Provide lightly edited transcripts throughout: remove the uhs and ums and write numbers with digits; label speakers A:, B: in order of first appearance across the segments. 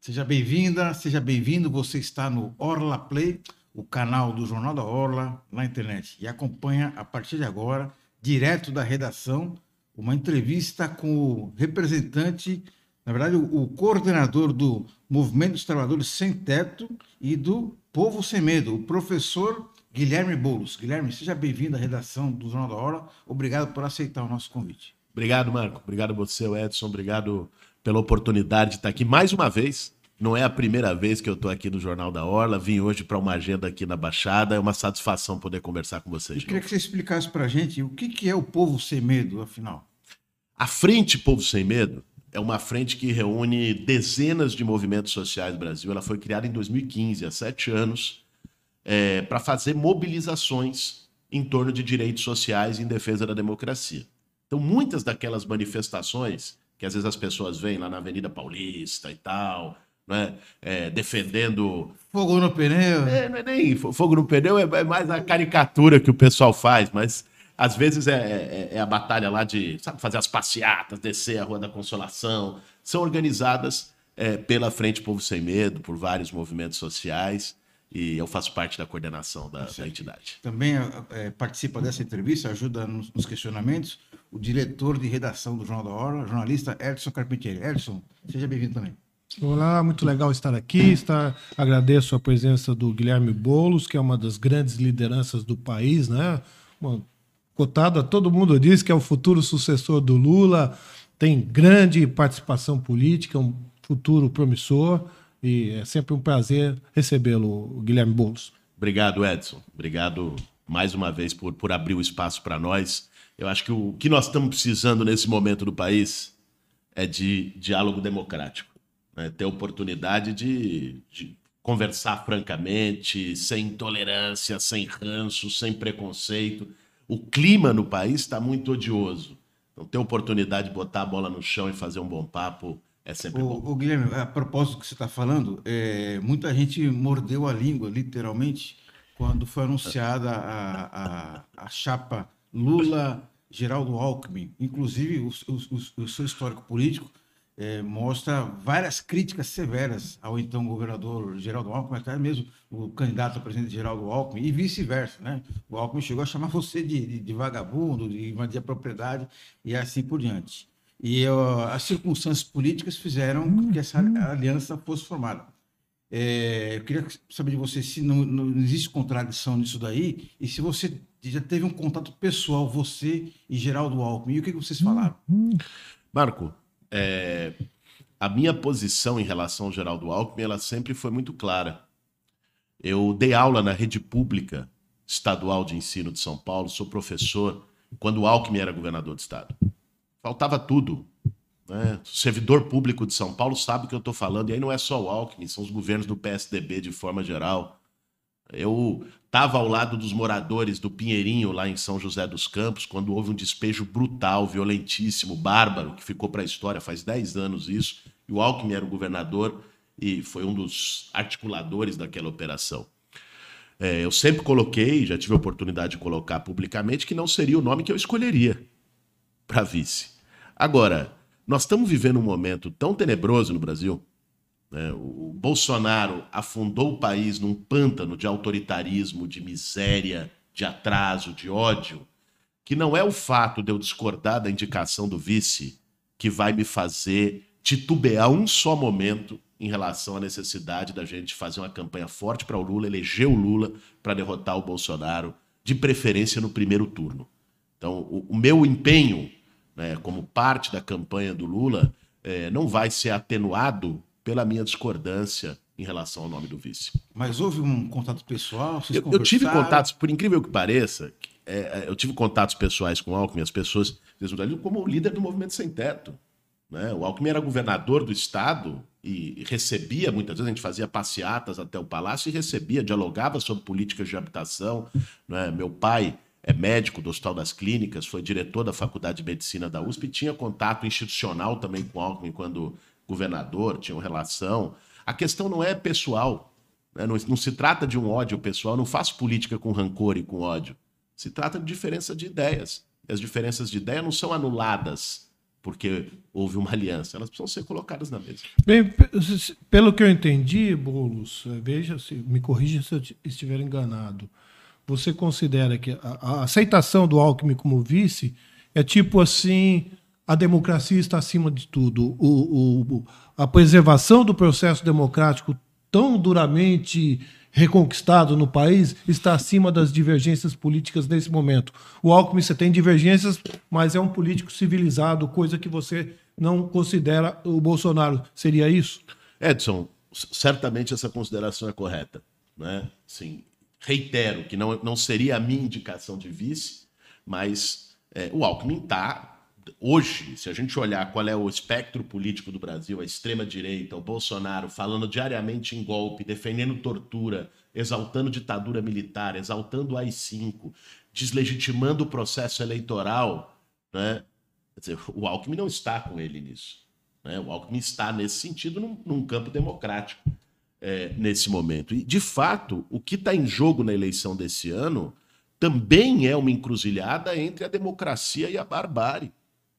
A: Seja bem-vinda, seja bem-vindo. Você está no Orla Play, o canal do Jornal da Orla na internet. E acompanha a partir de agora, direto da redação, uma entrevista com o representante, na verdade, o coordenador do Movimento dos Trabalhadores Sem Teto e do Povo Sem Medo, o professor Guilherme Boulos. Guilherme, seja bem-vindo à redação do Jornal da Orla. Obrigado por aceitar o nosso convite.
B: Obrigado, Marco. Obrigado a você, Edson. Obrigado pela oportunidade de estar aqui mais uma vez. Não é a primeira vez que eu estou aqui no Jornal da Orla. Vim hoje para uma agenda aqui na Baixada. É uma satisfação poder conversar com vocês.
A: Eu queria que você explicasse para a gente o que é o Povo Sem Medo, afinal.
B: A Frente Povo Sem Medo é uma frente que reúne dezenas de movimentos sociais do Brasil. Ela foi criada em 2015, há 7 anos, para fazer mobilizações em torno de direitos sociais e em defesa da democracia. Então, muitas daquelas manifestações que às vezes as pessoas veem lá na Avenida Paulista e tal, né, defendendo...
A: Fogo no pneu.
B: Não é nem fogo no pneu, é mais a caricatura que o pessoal faz, mas às vezes é a batalha lá de, sabe, fazer as passeatas, descer a Rua da Consolação. São organizadas pela Frente Povo Sem Medo, por vários movimentos sociais, e eu faço parte da coordenação da entidade.
A: Também participa dessa entrevista, ajuda nos questionamentos, o diretor de redação do Jornal da Hora, jornalista Edson Carpentieri. Edson, seja bem-vindo também.
C: Olá, muito legal estar aqui. Agradeço a presença do Guilherme Boulos, que é uma das grandes lideranças do país, né? Cotado, todo mundo diz que é o futuro sucessor do Lula, tem grande participação política, um futuro promissor, e é sempre um prazer recebê-lo, Guilherme Boulos.
B: Obrigado, Edson. Obrigado mais uma vez por abrir o espaço para nós. Eu acho que o que nós estamos precisando nesse momento do país é de diálogo democrático, né? Ter oportunidade de conversar francamente, sem intolerância, sem ranço, sem preconceito. O clima no país está muito odioso. Então, ter oportunidade de botar a bola no chão e fazer um bom papo é sempre bom.
A: Guilherme, a propósito do que você está falando, muita gente mordeu a língua, literalmente, quando foi anunciada a chapa Lula-Geraldo Alckmin. Inclusive, o seu histórico político mostra várias críticas severas ao então governador Geraldo Alckmin, até mesmo o candidato a presidente Geraldo Alckmin, e vice-versa, né? O Alckmin chegou a chamar você de vagabundo, de invadir a propriedade e assim por diante. E as circunstâncias políticas fizeram com que essa aliança fosse formada. Eu queria saber de você se não existe contradição nisso daí, e se você já teve um contato pessoal, você e Geraldo Alckmin, e o que vocês falaram?
B: Marco, a minha posição em relação ao Geraldo Alckmin, ela sempre foi muito clara. Eu dei aula na rede pública estadual de ensino de São Paulo, sou professor, quando o Alckmin era governador do estado. Faltava tudo, né? O servidor público de São Paulo sabe o que eu estou falando, e aí não é só o Alckmin, são os governos do PSDB de forma geral. Eu estava ao lado dos moradores do Pinheirinho, lá em São José dos Campos, quando houve um despejo brutal, violentíssimo, bárbaro, que ficou para a história, faz 10 anos isso, e o Alckmin era o governador e foi um dos articuladores daquela operação. Eu sempre coloquei, já tive a oportunidade de colocar publicamente, que não seria o nome que eu escolheria para vice. Agora, nós estamos vivendo um momento tão tenebroso no Brasil, né? O Bolsonaro afundou o país num pântano de autoritarismo, de miséria, de atraso, de ódio, que não é o fato de eu discordar da indicação do vice que vai me fazer titubear um só momento em relação à necessidade da gente fazer uma campanha forte para o Lula, eleger o Lula para derrotar o Bolsonaro, de preferência no primeiro turno. Então, o meu empenho, né, como parte da campanha do Lula, não vai ser atenuado pela minha discordância em relação ao nome do vice.
A: Mas houve um contato pessoal?
B: Eu tive contatos, por incrível que pareça, eu tive contatos pessoais com o Alckmin, as pessoas como líder do Movimento Sem Teto, né? O Alckmin era governador do estado e recebia, muitas vezes a gente fazia passeatas até o palácio e recebia, dialogava sobre políticas de habitação, né? Meu pai é médico do Hospital das Clínicas, foi diretor da Faculdade de Medicina da USP e tinha contato institucional também com o Alckmin quando governador, tinha uma relação. A questão não é pessoal, né? Não se trata de um ódio pessoal, eu não faço política com rancor e com ódio. Se trata de diferença de ideias. E as diferenças de ideia não são anuladas porque houve uma aliança. Elas precisam ser colocadas na mesa.
C: Bem, pelo que eu entendi, Boulos, veja, me corrija se eu estiver enganado. Você considera que a aceitação do Alckmin como vice é tipo assim, a democracia está acima de tudo. A preservação do processo democrático tão duramente reconquistado no país está acima das divergências políticas nesse momento. O Alckmin, você tem divergências, mas é um político civilizado, coisa que você não considera o Bolsonaro. Seria isso?
B: Edson, certamente essa consideração é correta, né? Sim, reitero que não seria a minha indicação de vice, mas o Alckmin está... Hoje, se a gente olhar qual é o espectro político do Brasil, a extrema-direita, o Bolsonaro falando diariamente em golpe, defendendo tortura, exaltando ditadura militar, exaltando o AI-5, deslegitimando o processo eleitoral, né? Quer dizer, o Alckmin não está com ele nisso, né? O Alckmin está, nesse sentido, num campo democrático nesse momento. E, de fato, o que está em jogo na eleição desse ano também é uma encruzilhada entre a democracia e a barbárie.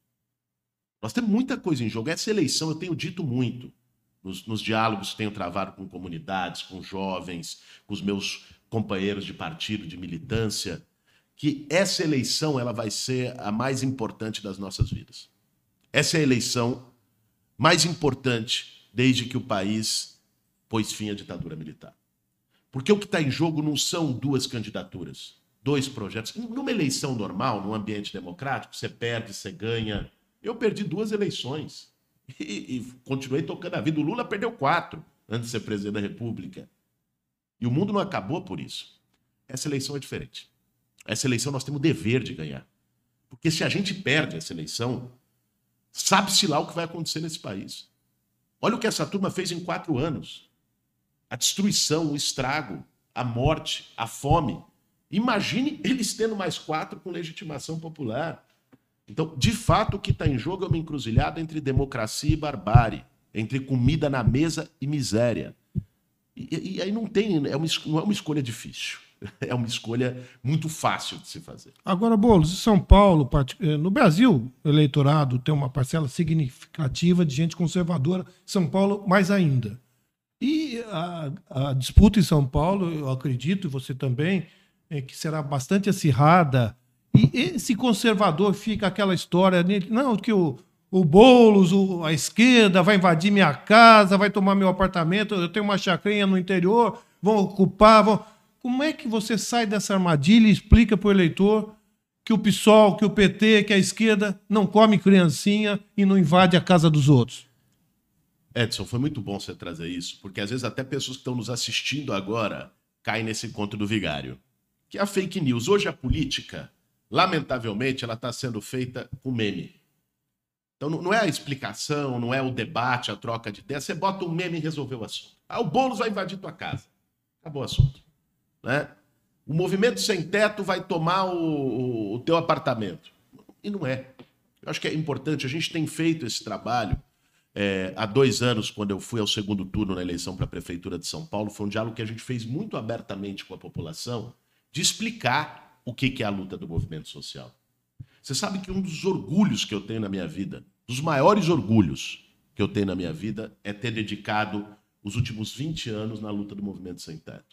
B: Nós temos muita coisa em jogo. Essa eleição, eu tenho dito muito, nos diálogos que tenho travado com comunidades, com jovens, com os meus companheiros de partido, de militância, que essa eleição ela vai ser a mais importante das nossas vidas. Essa é a eleição mais importante desde que o país pôs fim à ditadura militar. Porque o que está em jogo não são duas candidaturas, dois projetos. Numa eleição normal, num ambiente democrático, você perde, você ganha. Eu perdi 2 eleições e continuei tocando a vida. O Lula perdeu 4 antes de ser presidente da República. E o mundo não acabou por isso. Essa eleição é diferente. Essa eleição nós temos o dever de ganhar. Porque se a gente perde essa eleição, sabe-se lá o que vai acontecer nesse país. Olha o que essa turma fez em 4 anos. A destruição, o estrago, a morte, a fome. Imagine eles tendo mais 4 com legitimação popular. Então, de fato, o que está em jogo é uma encruzilhada entre democracia e barbárie, entre comida na mesa e miséria. E aí não é uma escolha difícil, é uma escolha muito fácil de se fazer.
C: Agora, Boulos, em São Paulo, no Brasil, o eleitorado tem uma parcela significativa de gente conservadora, São Paulo mais ainda. E a disputa em São Paulo, eu acredito, e você também, que será bastante acirrada. E esse conservador fica aquela história, não, que o Boulos, a esquerda, vai invadir minha casa, vai tomar meu apartamento, eu tenho uma chacrinha no interior, vão ocupar. Como é que você sai dessa armadilha e explica para o eleitor que o PSOL, que o PT, que a esquerda não come criancinha e não invade a casa dos outros?
B: Edson, foi muito bom você trazer isso, porque às vezes até pessoas que estão nos assistindo agora caem nesse conto do vigário, que é a fake news. Hoje a política... Lamentavelmente, ela está sendo feita com meme. Então, não é a explicação, não é o debate, a troca de ideias. Você bota um meme e resolveu o assunto. O Boulos vai invadir tua casa. Acabou o assunto. Né? O movimento sem teto vai tomar o teu apartamento. E não é. Eu acho que é importante. A gente tem feito esse trabalho. Há 2 anos, quando eu fui ao segundo turno na eleição para a Prefeitura de São Paulo, foi um diálogo que a gente fez muito abertamente com a população de explicar o que é a luta do movimento social. Você sabe que um dos orgulhos que eu tenho na minha vida, dos maiores orgulhos que eu tenho na minha vida, é ter dedicado os últimos 20 anos na luta do movimento sem teto.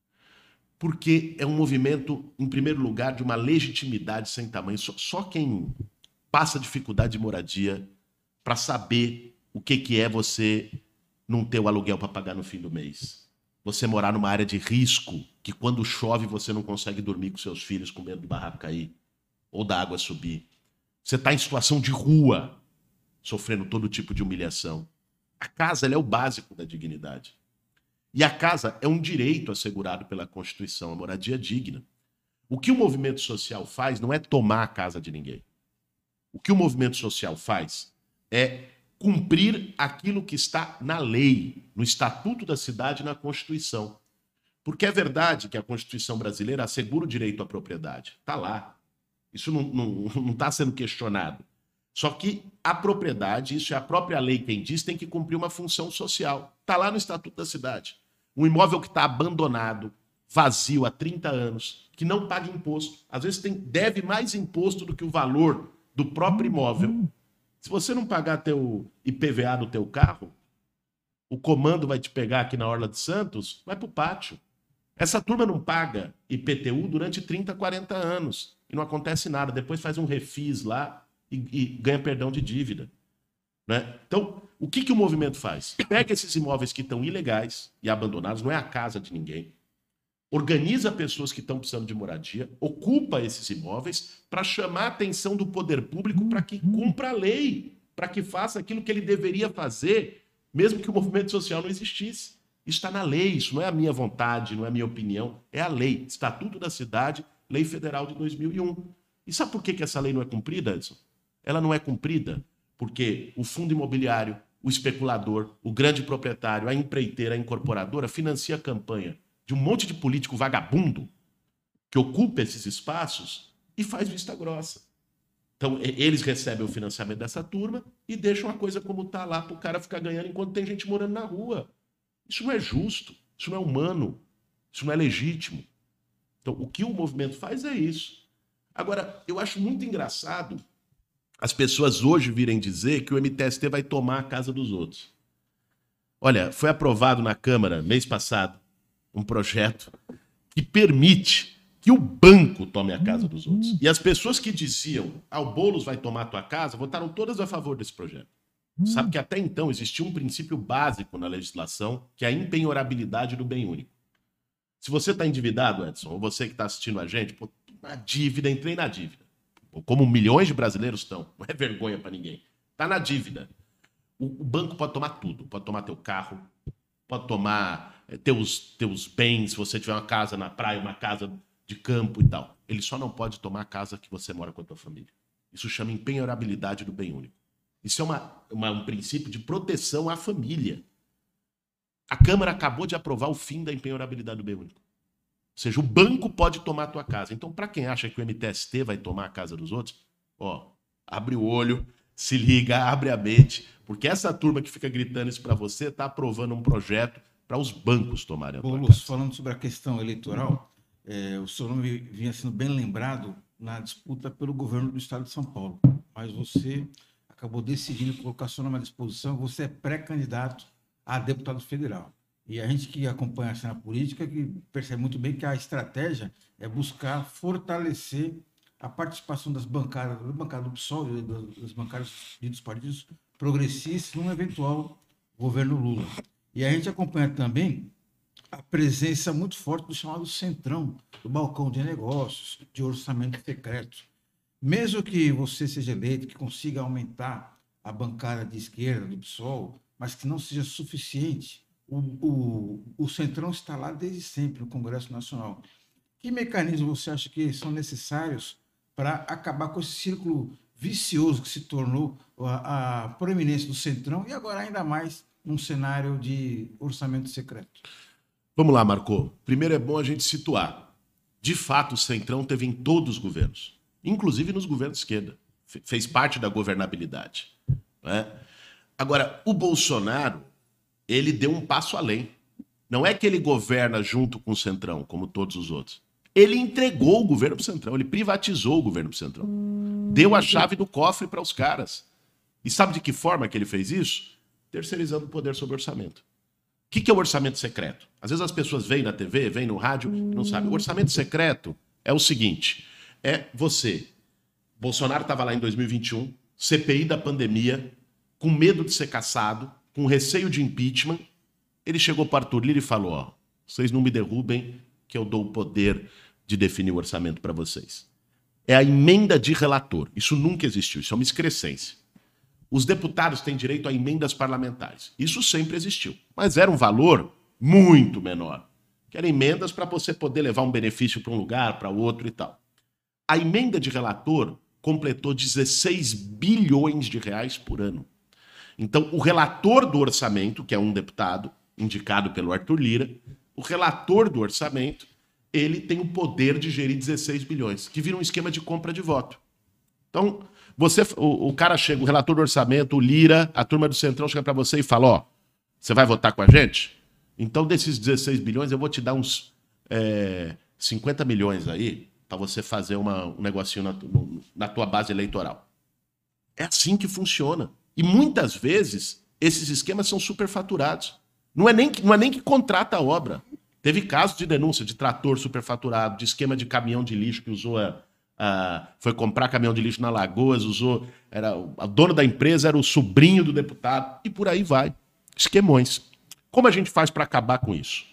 B: Porque é um movimento, em primeiro lugar, de uma legitimidade sem tamanho. Só quem passa dificuldade de moradia para saber o que é você não ter o aluguel para pagar no fim do mês. Você morar numa área de risco, que quando chove você não consegue dormir com seus filhos com medo do barraco cair ou da água subir. Você está em situação de rua, sofrendo todo tipo de humilhação. A casa ela é o básico da dignidade. E a casa é um direito assegurado pela Constituição, a moradia digna. O que o movimento social faz não é tomar a casa de ninguém. O que o movimento social faz é cumprir aquilo que está na lei, no Estatuto da Cidade e na Constituição. Porque é verdade que a Constituição brasileira assegura o direito à propriedade. Está lá. Isso não está sendo questionado. Só que a propriedade, isso é a própria lei quem diz, tem que cumprir uma função social. Está lá no Estatuto da Cidade. Um imóvel que está abandonado, vazio há 30 anos, que não paga imposto. Às vezes deve mais imposto do que o valor do próprio imóvel. Se você não pagar teu IPVA do teu carro, o comando vai te pegar aqui na Orla de Santos, vai pro pátio. Essa turma não paga IPTU durante 30, 40 anos e não acontece nada. Depois faz um refis lá e ganha perdão de dívida. Né? Então, o que o movimento faz? Pega esses imóveis que estão ilegais e abandonados, não é a casa de ninguém, organiza pessoas que estão precisando de moradia, ocupa esses imóveis para chamar a atenção do poder público para que cumpra a lei, para que faça aquilo que ele deveria fazer, mesmo que o movimento social não existisse. Isso está na lei, isso não é a minha vontade, não é a minha opinião, é a lei. Estatuto da Cidade, Lei Federal de 2001. E sabe por que essa lei não é cumprida, Edson? Ela não é cumprida porque o fundo imobiliário, o especulador, o grande proprietário, a empreiteira, a incorporadora financia a campanha de um monte de político vagabundo que ocupa esses espaços e faz vista grossa. Então, eles recebem o financiamento dessa turma e deixam a coisa como está lá para o cara ficar ganhando enquanto tem gente morando na rua. Isso não é justo, isso não é humano, isso não é legítimo. Então, o que o movimento faz é isso. Agora, eu acho muito engraçado as pessoas hoje virem dizer que o MTST vai tomar a casa dos outros. Olha, foi aprovado na Câmara, mês passado, um projeto que permite que o banco tome a casa dos outros. E as pessoas que diziam, o Boulos vai tomar a tua casa, votaram todas a favor desse projeto. Sabe que até então existia um princípio básico na legislação, que é a impenhorabilidade do bem único. Se você está endividado, Edson, ou você que está assistindo a gente, pô, na dívida, entrei na dívida. Como milhões de brasileiros estão, não é vergonha para ninguém. Está na dívida. O banco pode tomar tudo, pode tomar teu carro, pode tomar teus bens, se você tiver uma casa na praia, uma casa de campo e tal. Ele só não pode tomar a casa que você mora com a tua família. Isso chama impenhorabilidade do bem único. Isso é um princípio de proteção à família. A Câmara acabou de aprovar o fim da impenhorabilidade do bem único. Ou seja, o banco pode tomar a tua casa. Então, para quem acha que o MTST vai tomar a casa dos outros, abre o olho, se liga, abre a mente, porque essa turma que fica gritando isso para você está aprovando um projeto para os bancos tomarem a tua
A: Boulos,
B: casa.
A: falando sobre a questão eleitoral, o seu nome vinha sendo bem lembrado na disputa pelo governo do estado de São Paulo, mas você acabou decidindo colocar seu nome à disposição, você é pré-candidato a deputado federal. E a gente que acompanha a cena política que percebe muito bem que a estratégia é buscar fortalecer a participação das bancadas, da bancada do PSOL, das bancadas dos partidos progressistas num eventual governo Lula. E a gente acompanha também a presença muito forte do chamado Centrão, do balcão de negócios, de orçamento secreto. Mesmo que você seja eleito, que consiga aumentar a bancada de esquerda do PSOL, mas que não seja suficiente, o Centrão está lá desde sempre no Congresso Nacional. Que mecanismos você acha que são necessários para acabar com esse círculo vicioso que se tornou a proeminência do Centrão e agora ainda mais num cenário de orçamento secreto?
B: Vamos lá, Marco. Primeiro é bom a gente situar. De fato, o Centrão teve em todos os governos, inclusive nos governos de esquerda. Fez parte da governabilidade. Né? Agora, o Bolsonaro, ele deu um passo além. Não é que ele governa junto com o Centrão, como todos os outros. Ele entregou o governo para o Centrão, ele privatizou o governo para o Centrão. Deu a chave do cofre para os caras. E sabe de que forma que ele fez isso? Terceirizando o poder sobre o orçamento. O que é o orçamento secreto? Às vezes as pessoas veem na TV, veem no rádio, não sabem. O orçamento secreto é o seguinte, Bolsonaro estava lá em 2021, CPI da pandemia, com medo de ser cassado, com receio de impeachment, ele chegou para Arthur Lira e falou, vocês não me derrubem que eu dou o poder de definir o orçamento para vocês. É a emenda de relator. Isso nunca existiu, isso é uma excrescência. Os deputados têm direito a emendas parlamentares. Isso sempre existiu, mas era um valor muito menor. Que eram emendas para você poder levar um benefício para um lugar, para outro e tal. A emenda de relator completou 16 bilhões de reais por ano. Então, o relator do orçamento, que é um deputado indicado pelo Arthur Lira, o relator do orçamento, ele tem o poder de gerir 16 bilhões, que vira um esquema de compra de voto. Então, o cara chega, o relator do orçamento, o Lira, a turma do Centrão chega para você e fala, você vai votar com a gente? Então, desses 16 bilhões, eu vou te dar uns 50 milhões aí, para você fazer um negocinho na tua base eleitoral. É assim que funciona. E muitas vezes esses esquemas são superfaturados. Não é nem que contrata a obra. Teve casos de denúncia de trator superfaturado, de esquema de caminhão de lixo que usou foi comprar caminhão de lixo na Lagoas, o dono da empresa era o sobrinho do deputado, e por aí vai. Esquemões. Como a gente faz para acabar com isso?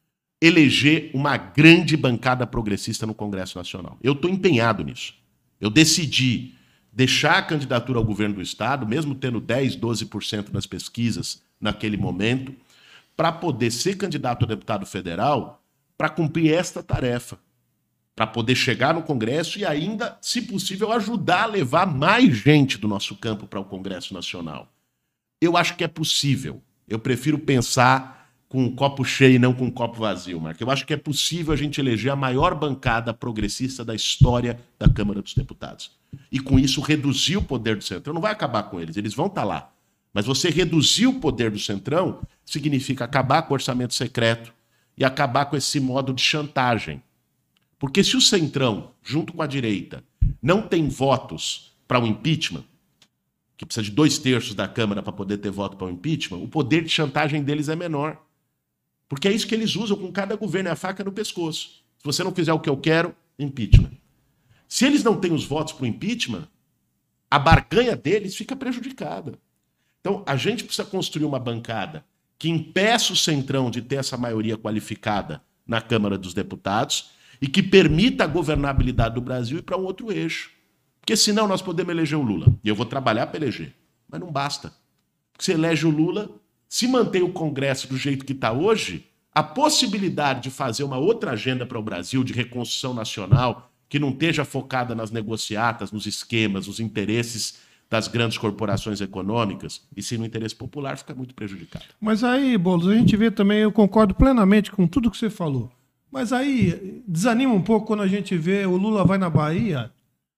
B: Eleger uma grande bancada progressista no Congresso Nacional. Eu estou empenhado nisso. Eu decidi deixar a candidatura ao governo do Estado, mesmo tendo 10%, 12% nas pesquisas naquele momento, para poder ser candidato a deputado federal, para cumprir esta tarefa, para poder chegar no Congresso e ainda, se possível, ajudar a levar mais gente do nosso campo para o Congresso Nacional. Eu acho que é possível. Eu prefiro pensar com um copo cheio e não com um copo vazio, Marco. Eu acho que é possível a gente eleger a maior bancada progressista da história da Câmara dos Deputados. E com isso reduzir o poder do Centrão. Não vai acabar com eles vão estar lá. Mas você reduzir o poder do Centrão significa acabar com o orçamento secreto e acabar com esse modo de chantagem. Porque se o Centrão, junto com a direita, não tem votos para o impeachment, que precisa de 2/3 da Câmara para poder ter voto para o impeachment, o poder de chantagem deles é menor. Porque é isso que eles usam com cada governo, é a faca no pescoço. Se você não fizer o que eu quero, impeachment. Se eles não têm os votos para o impeachment, a barganha deles fica prejudicada. Então, a gente precisa construir uma bancada que impeça o Centrão de ter essa maioria qualificada na Câmara dos Deputados e que permita a governabilidade do Brasil ir para um outro eixo. Porque senão nós podemos eleger o Lula. E eu vou trabalhar para eleger. Mas não basta. Porque você elege o Lula, se mantém o Congresso do jeito que está hoje, a possibilidade de fazer uma outra agenda para o Brasil, de reconstrução nacional, que não esteja focada nas negociatas, nos esquemas, nos interesses das grandes corporações econômicas, e sim no interesse popular, fica muito prejudicado.
C: Mas aí, Boulos, a gente vê também, eu concordo plenamente com tudo que você falou, mas aí desanima um pouco quando a gente vê o Lula vai na Bahia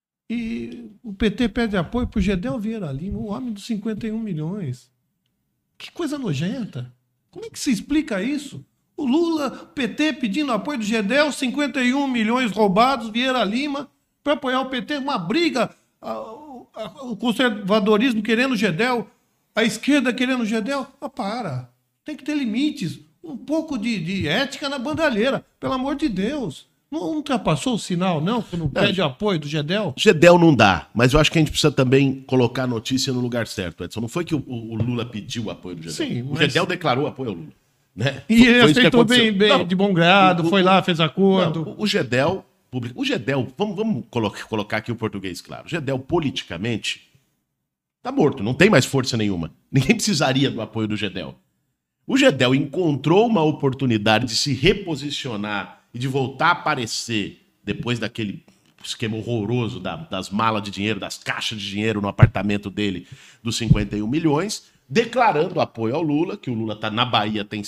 C: e o PT pede apoio para o Gedel Vieira Lima, o homem dos 51 milhões. Que coisa nojenta. Como é que se explica isso? O Lula, o PT pedindo apoio do Gedel, 51 milhões roubados, Vieira Lima, para apoiar o PT, uma briga, o conservadorismo querendo o Gedel, a esquerda querendo o Gedel. Para. Tem que ter limites. Um pouco de ética na bandalheira. Pelo amor de Deus. Não ultrapassou o sinal, não? Quando pede apoio do Gedel?
B: Gedel não dá, mas eu acho que a gente precisa também colocar a notícia no lugar certo, Edson. Não foi que o Lula pediu o apoio do Gedel.
C: Sim,
B: o Gedel declarou apoio ao Lula. Né?
C: E ele aceitou bem de bom grado, foi lá, fez acordo.
B: Não, o Gedel, vamos colocar aqui o português claro. O Gedel, politicamente, tá morto, não tem mais força nenhuma. Ninguém precisaria do apoio do Gedel. O Gedel encontrou uma oportunidade de se reposicionar e de voltar a aparecer depois daquele esquema horroroso das malas de dinheiro, das caixas de dinheiro no apartamento dele dos 51 milhões, declarando apoio ao Lula, que o Lula tá na Bahia, tem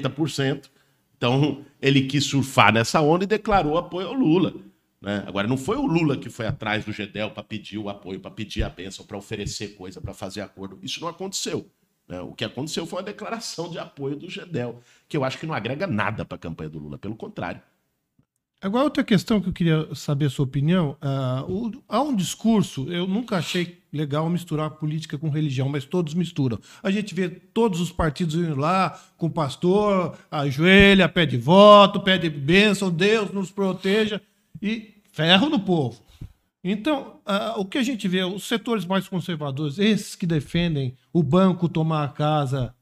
B: 70%. Então, ele quis surfar nessa onda e declarou apoio ao Lula. Né? Agora, não foi o Lula que foi atrás do Gedel para pedir o apoio, para pedir a bênção, para oferecer coisa, para fazer acordo. Isso não aconteceu. Né? O que aconteceu foi uma declaração de apoio do Gedel, que eu acho que não agrega nada para a campanha do Lula, pelo contrário.
C: Agora, outra questão que eu queria saber a sua opinião. Há um discurso, eu nunca achei legal misturar política com religião, mas todos misturam. A gente vê todos os partidos indo lá com o pastor, ajoelha, pede voto, pede bênção, Deus nos proteja e ferro no povo. Então, o que a gente vê, os setores mais conservadores, esses que defendem o banco tomar a casa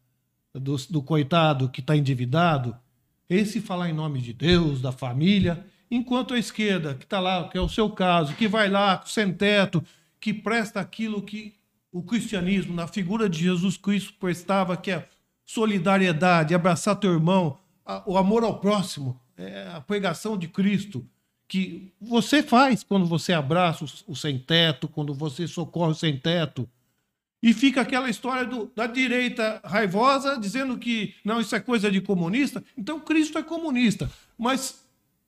C: do coitado que está endividado, esse falar em nome de Deus, da família, enquanto a esquerda, que está lá, que é o seu caso, que vai lá sem teto, que presta aquilo que o cristianismo, na figura de Jesus Cristo, prestava, que é solidariedade, abraçar teu irmão, o amor ao próximo, a pregação de Cristo, que você faz quando você abraça o sem teto, quando você socorre o sem teto. E fica aquela história da direita raivosa dizendo que não, isso é coisa de comunista. Então Cristo é comunista. Mas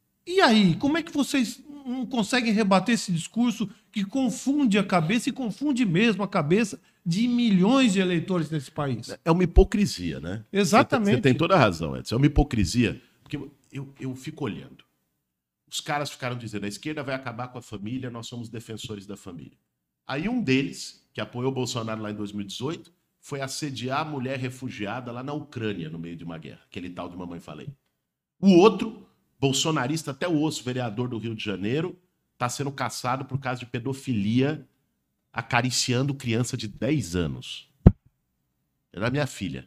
C: e aí? Como é que vocês não conseguem rebater esse discurso que confunde a cabeça e confunde mesmo a cabeça de milhões de eleitores nesse país?
B: É uma hipocrisia, né?
C: Exatamente.
B: Você tem toda a razão, Edson. É uma hipocrisia. Porque eu fico olhando. Os caras ficaram dizendo, a esquerda vai acabar com a família, nós somos defensores da família. Aí um deles que apoiou o Bolsonaro lá em 2018, foi assediar a mulher refugiada lá na Ucrânia, no meio de uma guerra. Aquele tal de Mamãe Falei. O outro, bolsonarista até o osso, vereador do Rio de Janeiro, está sendo caçado por causa de pedofilia, acariciando criança de 10 anos. Era minha filha.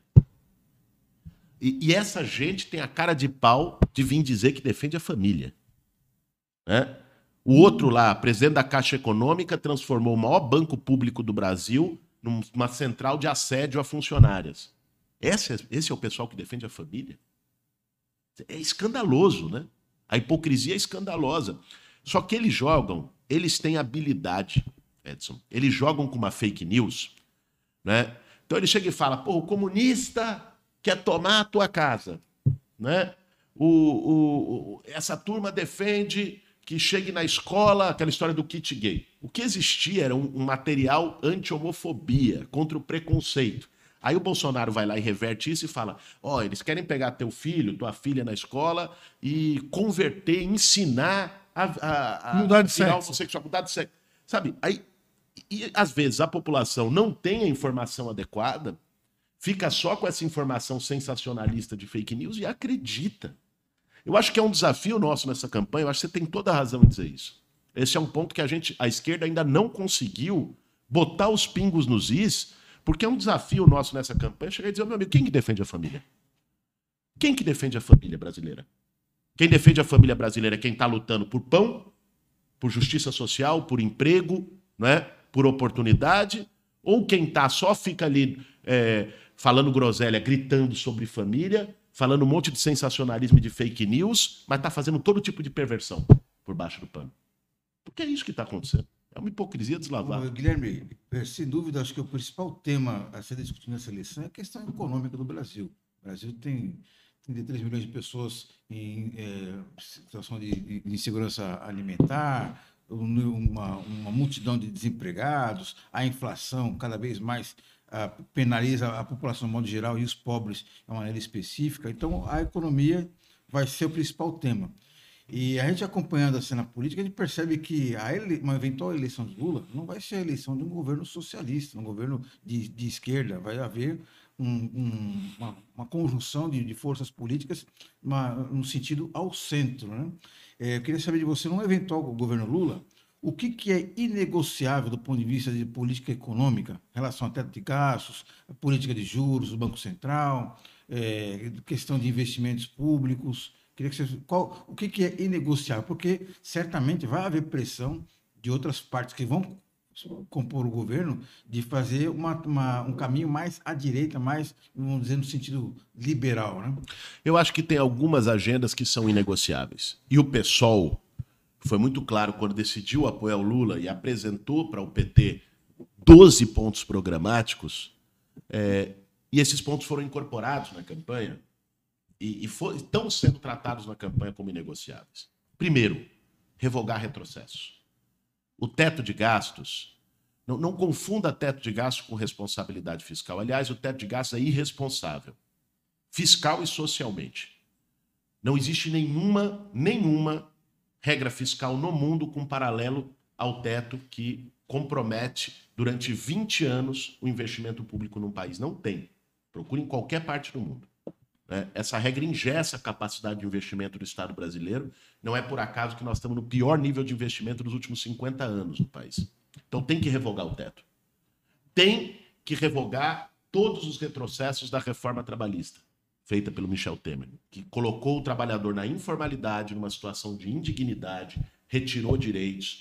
B: E essa gente tem a cara de pau de vir dizer que defende a família. Né? O outro lá, presidente da Caixa Econômica, transformou o maior banco público do Brasil numa central de assédio a funcionárias. Esse é o pessoal que defende a família? É escandaloso, né? A hipocrisia é escandalosa. Só que eles têm habilidade, Edson. Eles jogam com uma fake news, né? Então ele chega e fala, pô, o comunista quer tomar a tua casa, né? Essa turma defende que chegue na escola, aquela história do kit gay. O que existia era um material anti-homofobia, contra o preconceito. Aí o Bolsonaro vai lá e reverte isso e fala, eles querem pegar teu filho, tua filha na escola e converter, ensinar a
C: mudar de
B: virar
C: sexo.
B: homossexual, mudar de sexo. Sabe? Aí, e às vezes a população não tem a informação adequada, fica só com essa informação sensacionalista de fake news e acredita. Eu acho que é um desafio nosso nessa campanha, eu acho que você tem toda a razão em dizer isso. Esse é um ponto que a esquerda ainda não conseguiu botar os pingos nos is, porque é um desafio nosso nessa campanha chegar e dizer, meu amigo, quem que defende a família? Quem que defende a família brasileira? Quem defende a família brasileira é quem está lutando por pão, por justiça social, por emprego, né? Por oportunidade, ou quem só fica ali falando groselha, gritando sobre família, falando um monte de sensacionalismo e de fake news, mas está fazendo todo tipo de perversão por baixo do pano. Porque é isso que está acontecendo. É uma hipocrisia deslavada.
A: Guilherme, sem dúvida, acho que o principal tema a ser discutido nessa eleição é a questão econômica do Brasil. O Brasil tem 33 milhões de pessoas em situação de insegurança alimentar, uma multidão de desempregados, a inflação cada vez mais penaliza a população de modo geral e os pobres de uma maneira específica. Então, a economia vai ser o principal tema. E a gente acompanhando a cena política, a gente percebe que uma eventual eleição de Lula não vai ser a eleição de um governo socialista, um governo de esquerda. Vai haver uma conjunção de forças políticas no sentido ao centro. Né? Eu queria saber de você, num eventual governo Lula, o que é inegociável do ponto de vista de política econômica, em relação ao teto de gastos, a política de juros do Banco Central, questão de investimentos públicos. Queria que você, o que é inegociável? Porque certamente vai haver pressão de outras partes que vão compor o governo de fazer um caminho mais à direita, mais, vamos dizer, no sentido liberal, né?
B: Eu acho que tem algumas agendas que são inegociáveis. E o PSOL foi muito claro quando decidiu apoiar o Lula e apresentou para o PT 12 pontos programáticos, e esses pontos foram incorporados na campanha e estão sendo tratados na campanha como inegociáveis. Primeiro, revogar retrocesso. O teto de gastos, não confunda teto de gastos com responsabilidade fiscal. Aliás, o teto de gastos é irresponsável, fiscal e socialmente. Não existe nenhuma regra fiscal no mundo com paralelo ao teto que compromete durante 20 anos o investimento público num país. Não tem. Procure em qualquer parte do mundo. Essa regra engessa a capacidade de investimento do Estado brasileiro. Não é por acaso que nós estamos no pior nível de investimento dos últimos 50 anos no país. Então tem que revogar o teto. Tem que revogar todos os retrocessos da reforma trabalhista, feita pelo Michel Temer, que colocou o trabalhador na informalidade, numa situação de indignidade, retirou direitos.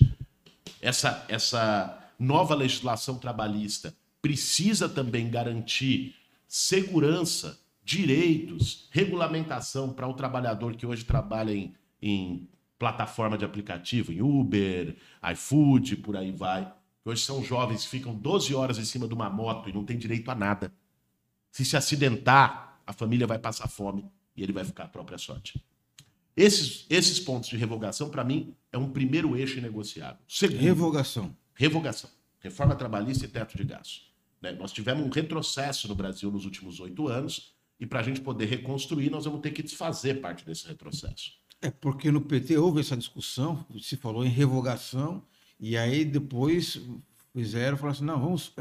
B: Essa nova legislação trabalhista precisa também garantir segurança, direitos, regulamentação para o trabalhador que hoje trabalha em plataforma de aplicativo, em Uber, iFood, por aí vai. Hoje são jovens que ficam 12 horas em cima de uma moto e não tem direito a nada. Se acidentar, a família vai passar fome e ele vai ficar à própria sorte. Esses pontos de revogação, para mim, é um primeiro eixo inegociável. Segundo,
A: Revogação.
B: Reforma trabalhista e teto de gastos. Nós tivemos um retrocesso no Brasil nos últimos 8 anos e para a gente poder reconstruir, nós vamos ter que desfazer parte desse retrocesso.
A: Porque no PT houve essa discussão, se falou em revogação, e aí depois fizeram, falaram assim, não, vamos,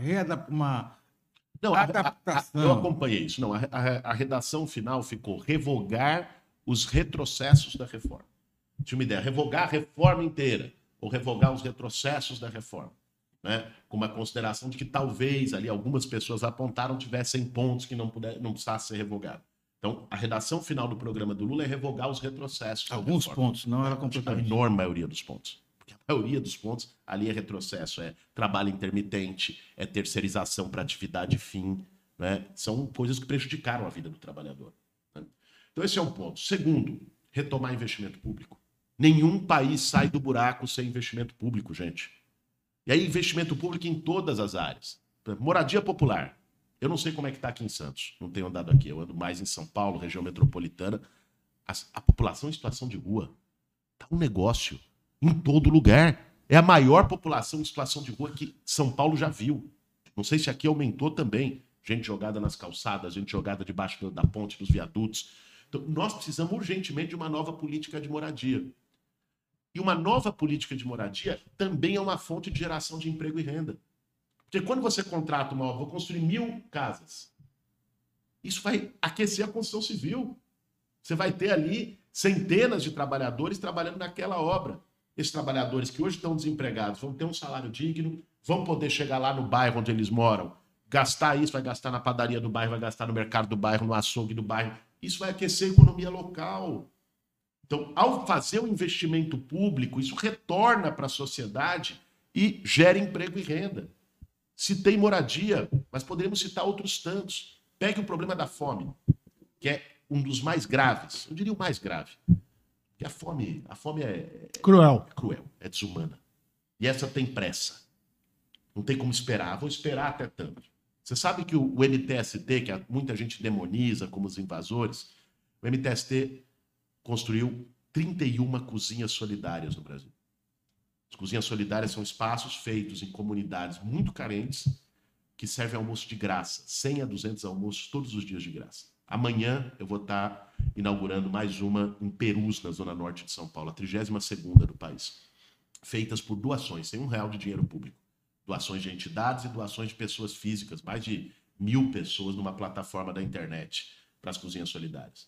A: uma
B: Não,
A: adaptação.
B: eu acompanhei isso. Não, a redação final ficou revogar os retrocessos da reforma. Tinha uma ideia, revogar a reforma inteira, ou revogar os retrocessos da reforma. Né? Com uma consideração de que talvez ali algumas pessoas apontaram tivessem pontos que não precisassem ser revogados. Então, a redação final do programa do Lula é revogar os retrocessos.
A: Alguns pontos, não era
B: A
A: completamente.
B: enorme maioria dos pontos. Porque a maioria dos pontos ali é retrocesso, é trabalho intermitente, é terceirização para atividade fim. Né? São coisas que prejudicaram a vida do trabalhador. Né? Então, esse é um ponto. Segundo, retomar investimento público. Nenhum país sai do buraco sem investimento público, gente. E aí, investimento público em todas as áreas. Moradia popular. Eu não sei como é que está aqui em Santos. Não tenho andado aqui. Eu ando mais em São Paulo, região metropolitana. A população em situação de rua está um negócio em todo lugar. É a maior população em situação de rua que São Paulo já viu. Não sei se aqui aumentou também. Gente jogada nas calçadas, gente jogada debaixo da ponte, dos viadutos. Então, nós precisamos urgentemente de uma nova política de moradia. E uma nova política de moradia também é uma fonte de geração de emprego e renda. Porque quando você contrata vou construir 1000 casas, isso vai aquecer a construção civil. Você vai ter ali centenas de trabalhadores trabalhando naquela obra. Esses trabalhadores que hoje estão desempregados vão ter um salário digno, vão poder chegar lá no bairro onde eles moram, gastar isso, vai gastar na padaria do bairro, vai gastar no mercado do bairro, no açougue do bairro. Isso vai aquecer a economia local. Então, ao fazer o investimento público, isso retorna para a sociedade e gera emprego e renda. Citei moradia, mas poderíamos citar outros tantos. Pegue o problema da fome, que é um dos mais graves. Eu diria o mais grave. Porque a fome é
C: Cruel.
B: cruel, é desumana. E essa tem pressa. Não tem como esperar. Vou esperar até tanto. Você sabe que o MTST, que muita gente demoniza como os invasores, o MTST construiu 31 cozinhas solidárias no Brasil. As cozinhas solidárias são espaços feitos em comunidades muito carentes que servem almoço de graça, 100 a 200 almoços todos os dias de graça. Amanhã eu vou estar inaugurando mais uma em Perus, na zona norte de São Paulo, a 32ª do país, feitas por doações, sem R$1 de dinheiro público. Doações de entidades e doações de pessoas físicas, mais de 1000 pessoas numa plataforma da internet para as cozinhas solidárias.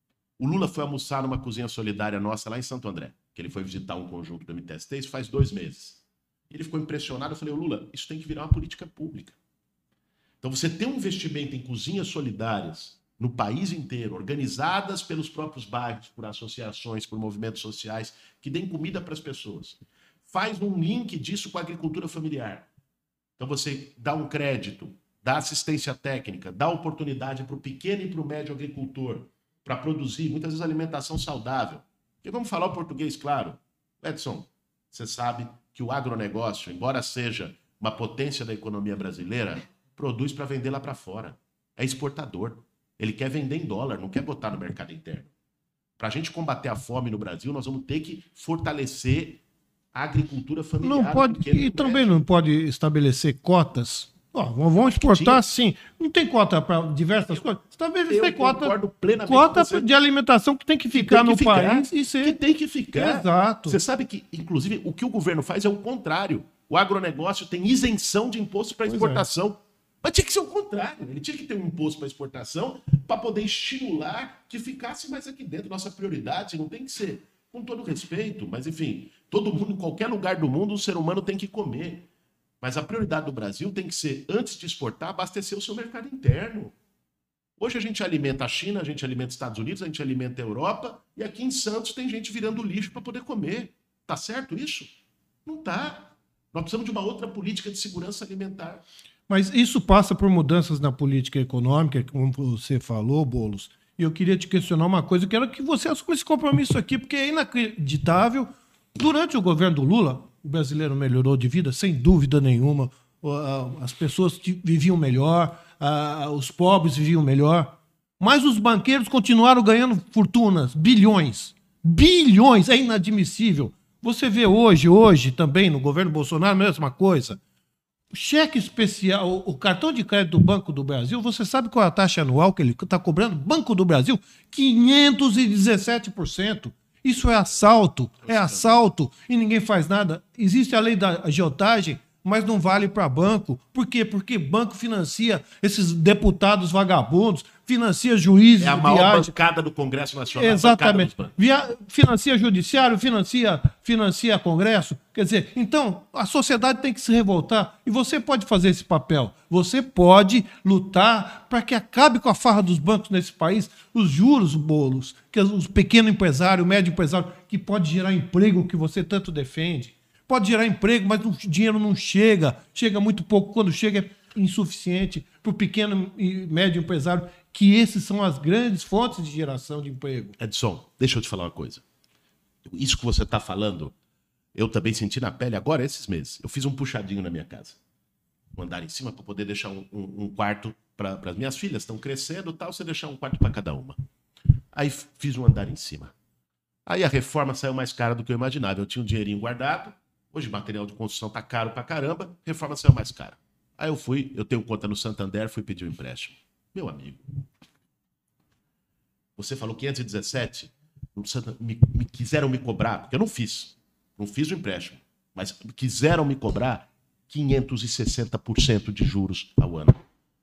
B: O Lula foi almoçar numa cozinha solidária nossa lá em Santo André, que ele foi visitar um conjunto do MTST, isso faz 2 meses. Ele ficou impressionado, eu falei, Lula, isso tem que virar uma política pública. Então você tem um investimento em cozinhas solidárias no país inteiro, organizadas pelos próprios bairros, por associações, por movimentos sociais, que deem comida para as pessoas. Faz um link disso com a agricultura familiar. Então você dá um crédito, dá assistência técnica, dá oportunidade para o pequeno e para o médio agricultor, para produzir, muitas vezes, alimentação saudável. E vamos falar o português, claro. Edson, você sabe que o agronegócio, embora seja uma potência da economia brasileira, produz para vender lá para fora. É exportador. Ele quer vender em dólar, não quer botar no mercado interno. Para a gente combater a fome no Brasil, nós vamos ter que fortalecer a agricultura familiar.
C: Não pode, e também não pode estabelecer cotas. Vamos exportar sim. Não tem cota para diversas coisas. Estabelecer cota de alimentação que tem que ficar no país e ser.
B: Que tem que ficar.
C: Exato.
B: Você sabe que, inclusive, o que o governo faz é o contrário. O agronegócio tem isenção de imposto para exportação. Mas tinha que ser o contrário. Ele tinha que ter um imposto para exportação para poder estimular que ficasse mais aqui dentro. Nossa prioridade não tem que ser, com todo respeito, mas enfim, todo mundo, em qualquer lugar do mundo, o ser humano tem que comer. Mas a prioridade do Brasil tem que ser, antes de exportar, abastecer o seu mercado interno. Hoje a gente alimenta a China, a gente alimenta os Estados Unidos, a gente alimenta a Europa, e aqui em Santos tem gente virando lixo para poder comer. Tá certo isso? Não tá. Nós precisamos de uma outra política de segurança alimentar.
C: Mas isso passa por mudanças na política econômica, como você falou, Boulos. E eu queria te questionar uma coisa, eu quero que você assuma esse compromisso aqui, porque é inacreditável. Durante o governo do Lula, o brasileiro melhorou de vida, sem dúvida nenhuma. As pessoas viviam melhor, os pobres viviam melhor. Mas os banqueiros continuaram ganhando fortunas, bilhões. Bilhões, é inadmissível. Você vê hoje também, no governo Bolsonaro, a mesma coisa. O cheque especial, o cartão de crédito do Banco do Brasil, você sabe qual é a taxa anual que ele está cobrando? Banco do Brasil, 517%. Isso é assalto e ninguém faz nada. Existe a lei da agiotagem, mas não vale para banco. Por quê? Porque banco financia esses deputados vagabundos, financia juízes
B: É a
C: de
B: maior
C: viagem.
B: bancada do Congresso Nacional.
C: Exatamente.
B: Bancada dos bancos.
C: Financia judiciário, financia Congresso. Quer dizer, então, a sociedade tem que se revoltar e você pode fazer esse papel. Você pode lutar para que acabe com a farra dos bancos nesse país, os juros, bolos, que os pequeno empresário, o médio empresário, que pode gerar emprego que você tanto defende. Pode gerar emprego, mas o dinheiro não chega. Chega muito pouco. Quando chega é insuficiente para o pequeno e médio empresário, que esses são as grandes fontes de geração de emprego.
B: Edson, deixa eu te falar uma coisa. Isso que você está falando, eu também senti na pele agora, esses meses. Eu fiz um puxadinho na minha casa. Um andar em cima para poder deixar um quarto para as minhas filhas. Estão crescendo e tal, você deixar um quarto para cada uma. Aí fiz um andar em cima. Aí a reforma saiu mais cara do que eu imaginava. Eu tinha um dinheirinho guardado. Hoje material de construção tá caro pra caramba. Reforma saiu mais cara. Aí eu tenho conta no Santander, fui pedir um empréstimo. Meu amigo, você falou 517, quiseram me cobrar, porque eu não fiz o empréstimo, mas quiseram me cobrar 560% de juros ao ano.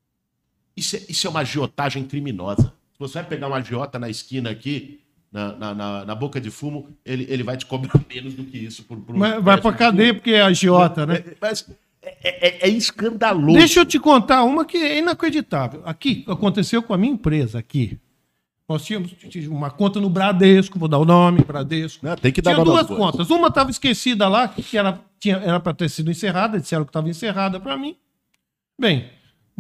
B: Isso é uma agiotagem criminosa. Se você vai pegar um agiota na esquina aqui, na boca de fumo, ele vai te cobrar menos do que isso.
C: Mas vai pra cadeia porque é agiota, né?
B: Mas é escandaloso.
C: Deixa eu te contar uma que é inacreditável. Aqui, aconteceu com a minha empresa aqui. Nós tínhamos uma conta no Bradesco, vou dar o nome, Bradesco.
B: Não, tem que dar
C: Tinha
B: nome
C: duas
B: às
C: contas. Uma estava esquecida lá, que era para ter sido encerrada, disseram que estava encerrada para mim. Bem,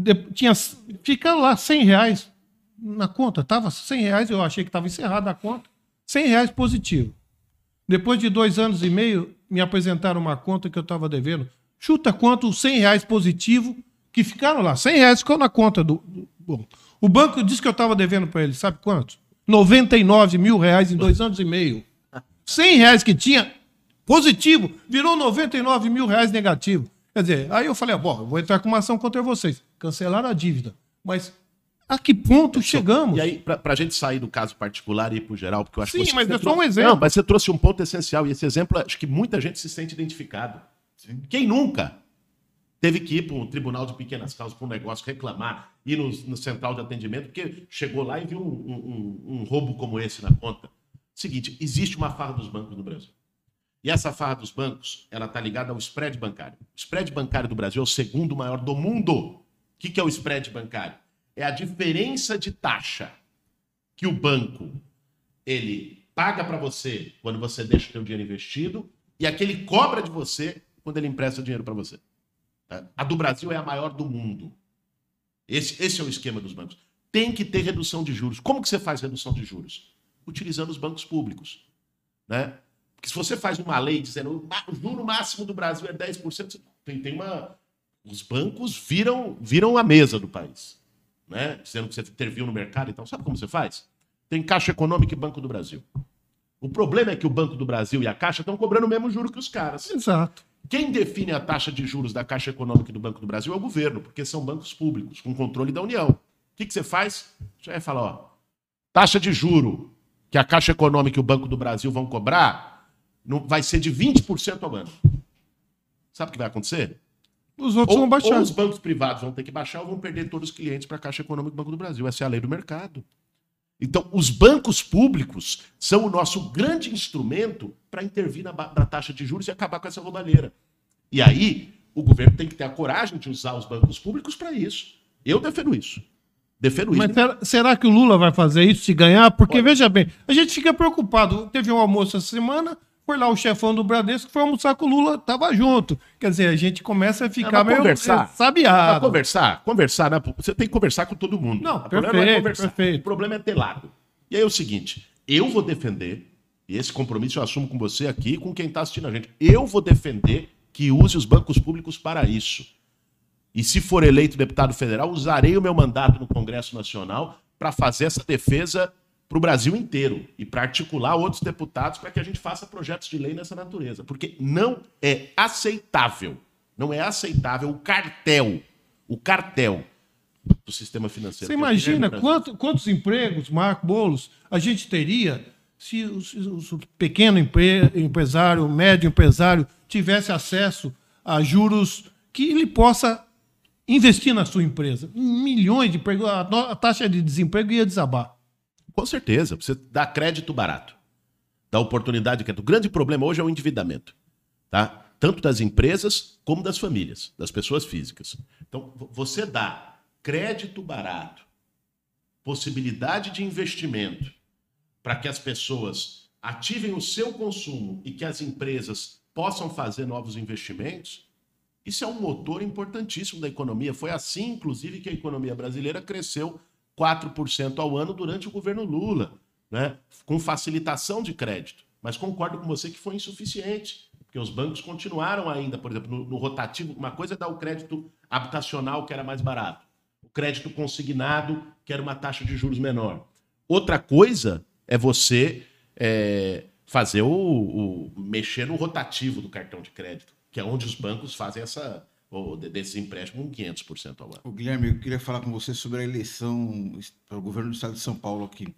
C: fica lá R$100 na conta. Estava R$100, eu achei que estava encerrada a conta. R$100 positivo. Depois de 2 anos e meio, me apresentaram uma conta que eu estava devendo. Chuta quanto os R$100 positivo que ficaram lá. R$100 ficou na conta do... Bom, o banco disse que eu estava devendo para ele, sabe quanto? R$99 mil em 2 anos e meio. R$100 que tinha positivo, virou R$99 mil negativo. Quer dizer, aí eu falei, bom, eu vou entrar com uma ação contra vocês. Cancelaram a dívida. Mas a que ponto chegamos?
B: E aí, pra gente sair do caso particular e ir pro geral, porque eu acho
C: Sim,
B: que
C: mas é só um exemplo.
B: Não, mas você trouxe um ponto essencial, e esse exemplo, acho que muita gente se sente identificado. Sim. Quem nunca teve que ir para um tribunal de pequenas causas, para um negócio, reclamar, ir no central de atendimento, porque chegou lá e viu um roubo como esse na conta. Seguinte, existe uma farra dos bancos no Brasil. E essa farra dos bancos, ela está ligada ao spread bancário. O spread bancário do Brasil é o segundo maior do mundo. O que é o spread bancário? É a diferença de taxa que o banco ele paga para você quando você deixa o seu dinheiro investido e a que ele cobra de você quando ele empresta dinheiro para você. A do Brasil é a maior do mundo. Esse é o esquema dos bancos. Tem que ter redução de juros. Como que você faz redução de juros? Utilizando os bancos públicos. Né? Porque se você faz uma lei dizendo o juro máximo do Brasil é 10%, os bancos viram a mesa do país. Né? Dizendo que você interviu no mercado. Então, sabe como você faz? Tem Caixa Econômica e Banco do Brasil. O problema é que o Banco do Brasil e a Caixa estão cobrando o mesmo juro que os caras.
C: Exato.
B: Quem define a taxa de juros da Caixa Econômica e do Banco do Brasil é o governo, porque são bancos públicos, com controle da União. O que você faz? Você vai falar, taxa de juro que a Caixa Econômica e o Banco do Brasil vão cobrar vai ser de 20% ao ano. Sabe o que vai acontecer?
C: Os outros vão baixar.
B: Ou os bancos privados vão ter que baixar ou vão perder todos os clientes para a Caixa Econômica e o Banco do Brasil. Essa é a lei do mercado. Então, os bancos públicos são o nosso grande instrumento para intervir na taxa de juros e acabar com essa roubalheira. E aí, o governo tem que ter a coragem de usar os bancos públicos para isso. Eu defendo isso.
C: Mas será que o Lula vai fazer isso se ganhar? Porque, veja bem, a gente fica preocupado. Teve um almoço essa semana, foi lá o chefão do Bradesco, foi almoçar com o Lula, estava junto. Quer dizer, a gente começa a ficar meio sabiado.
B: Conversar, né? Você tem que conversar com todo mundo.
C: Não,
B: perfeito. O problema é ter lado. E aí é o seguinte, eu vou defender, e esse compromisso eu assumo com você aqui e com quem está assistindo a gente, eu vou defender que use os bancos públicos para isso. E se for eleito deputado federal, usarei o meu mandato no Congresso Nacional para fazer essa defesa para o Brasil inteiro e para articular outros deputados para que a gente faça projetos de lei nessa natureza. Porque não é aceitável o cartel do sistema financeiro.
C: Você imagina quantos empregos, Marco Boulos, a gente teria se o pequeno empresário, o médio empresário tivesse acesso a juros que ele possa investir na sua empresa. Milhões de empregos, a taxa de desemprego ia desabar.
B: Com certeza, você dá crédito barato, dá oportunidade de crédito. O grande problema hoje é o endividamento, tá? Tanto das empresas como das famílias, das pessoas físicas. Então, você dá crédito barato, possibilidade de investimento para que as pessoas ativem o seu consumo e que as empresas possam fazer novos investimentos, isso é um motor importantíssimo da economia. Foi assim, inclusive, que a economia brasileira cresceu 4% ao ano durante o governo Lula, né? Com facilitação de crédito. Mas concordo com você que foi insuficiente, porque os bancos continuaram ainda, por exemplo, no rotativo. Uma coisa é dar o crédito habitacional, que era mais barato, o crédito consignado, que era uma taxa de juros menor. Outra coisa é você fazer mexer no rotativo do cartão de crédito, que é onde os bancos fazem desses empréstimos com 500% ao ano.
A: Guilherme, eu queria falar com você sobre a eleição para o governo do estado de São Paulo aqui.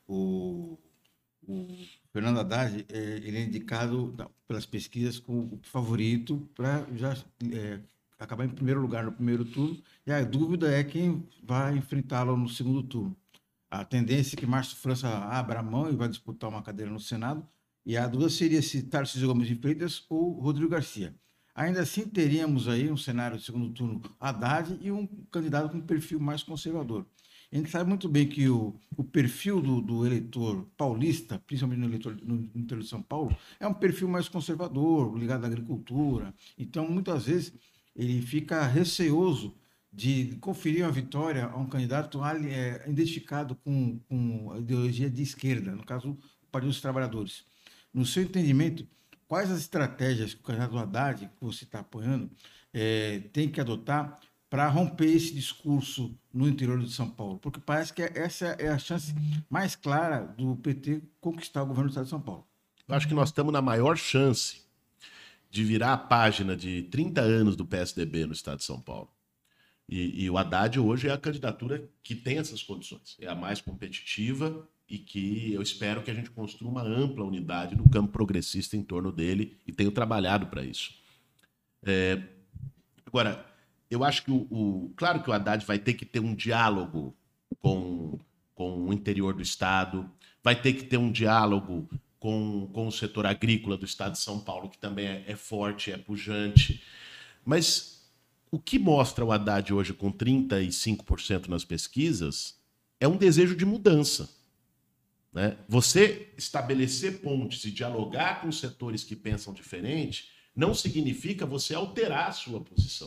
A: O Fernando Haddad, ele é indicado pelas pesquisas como o favorito para já acabar em primeiro lugar no primeiro turno, e a dúvida é quem vai enfrentá-lo no segundo turno. A tendência é que Márcio França abra a mão e vai disputar uma cadeira no Senado, e a dúvida seria se Tarcísio Gomes de Freitas ou Rodrigo Garcia. Ainda assim, teríamos aí um cenário de segundo turno Haddad e um candidato com um perfil mais conservador. A gente sabe muito bem que o perfil do eleitor paulista, principalmente no interior de São Paulo, é um perfil mais conservador, ligado à agricultura. Então, muitas vezes, ele fica receoso de conferir uma vitória a um candidato identificado com a ideologia de esquerda, no caso, o Partido dos Trabalhadores. No seu entendimento, quais as estratégias que o candidato Haddad, que você está apoiando, tem que adotar para romper esse discurso no interior de São Paulo? Porque parece que essa é a chance mais clara do PT conquistar o governo do estado de São Paulo.
B: Eu acho que nós estamos na maior chance de virar a página de 30 anos do PSDB no estado de São Paulo. E o Haddad hoje é a candidatura que tem essas condições. É a mais competitiva e que eu espero que a gente construa uma ampla unidade no campo progressista em torno dele, e tenho trabalhado para isso. Agora, eu acho que claro que o Haddad vai ter que ter um diálogo com o interior do estado, vai ter que ter um diálogo com o setor agrícola do estado de São Paulo, que também é forte, é pujante. Mas o que mostra o Haddad hoje com 35% nas pesquisas é um desejo de mudança, né? Você estabelecer pontes e dialogar com setores que pensam diferente não significa você alterar a sua posição.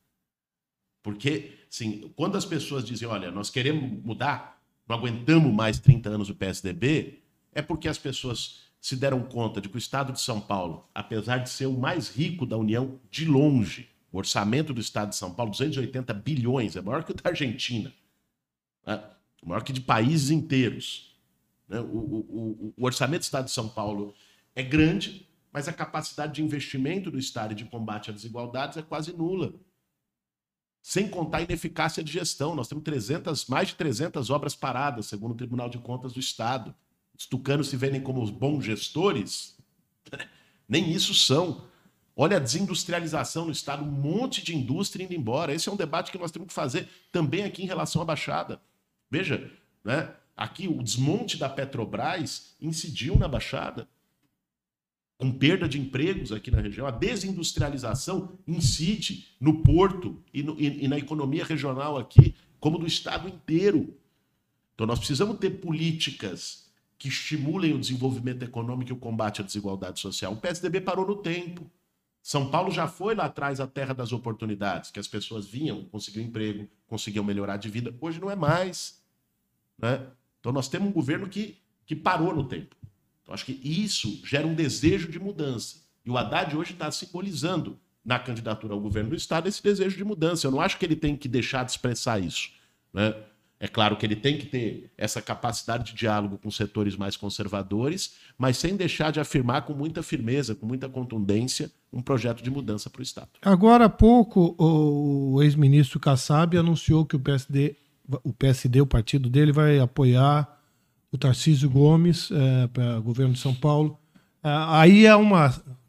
B: Porque, assim, quando as pessoas dizem, olha, nós queremos mudar, não aguentamos mais 30 anos do PSDB, é porque as pessoas se deram conta de que o estado de São Paulo, apesar de ser o mais rico da União, de longe, o orçamento do estado de São Paulo, 280 bilhões, é maior que o da Argentina, né? Maior que de países inteiros, né? O orçamento do estado de São Paulo é grande, mas a capacidade de investimento do estado e de combate às desigualdades é quase nula. Sem contar a ineficácia de gestão. Nós temos mais de 300 obras paradas, segundo o Tribunal de Contas do Estado. Os tucanos se vendem como os bons gestores? Nem isso são. Olha a desindustrialização no Estado, um monte de indústria indo embora. Esse é um debate que nós temos que fazer também aqui em relação à Baixada. Veja, né? Aqui o desmonte da Petrobras incidiu na Baixada, com perda de empregos aqui na região. A desindustrialização incide no porto e na economia regional aqui, como do estado inteiro. Então nós precisamos ter políticas que estimulem o desenvolvimento econômico e o combate à desigualdade social. O PSDB parou no tempo. São Paulo já foi lá atrás a terra das oportunidades, que as pessoas vinham, conseguiam emprego, conseguiam melhorar de vida. Hoje não é mais, né? Então nós temos um governo que parou no tempo. Então, acho que isso gera um desejo de mudança. E o Haddad hoje está simbolizando, na candidatura ao governo do estado, esse desejo de mudança. Eu não acho que ele tem que deixar de expressar isso, né? É claro que ele tem que ter essa capacidade de diálogo com setores mais conservadores, mas sem deixar de afirmar com muita firmeza, com muita contundência, um projeto de mudança para o estado.
C: Agora há pouco, o ex-ministro Kassab anunciou que o PSD, o partido dele, vai apoiar o Tarcísio Gomes para o governo de São Paulo. Aí é uma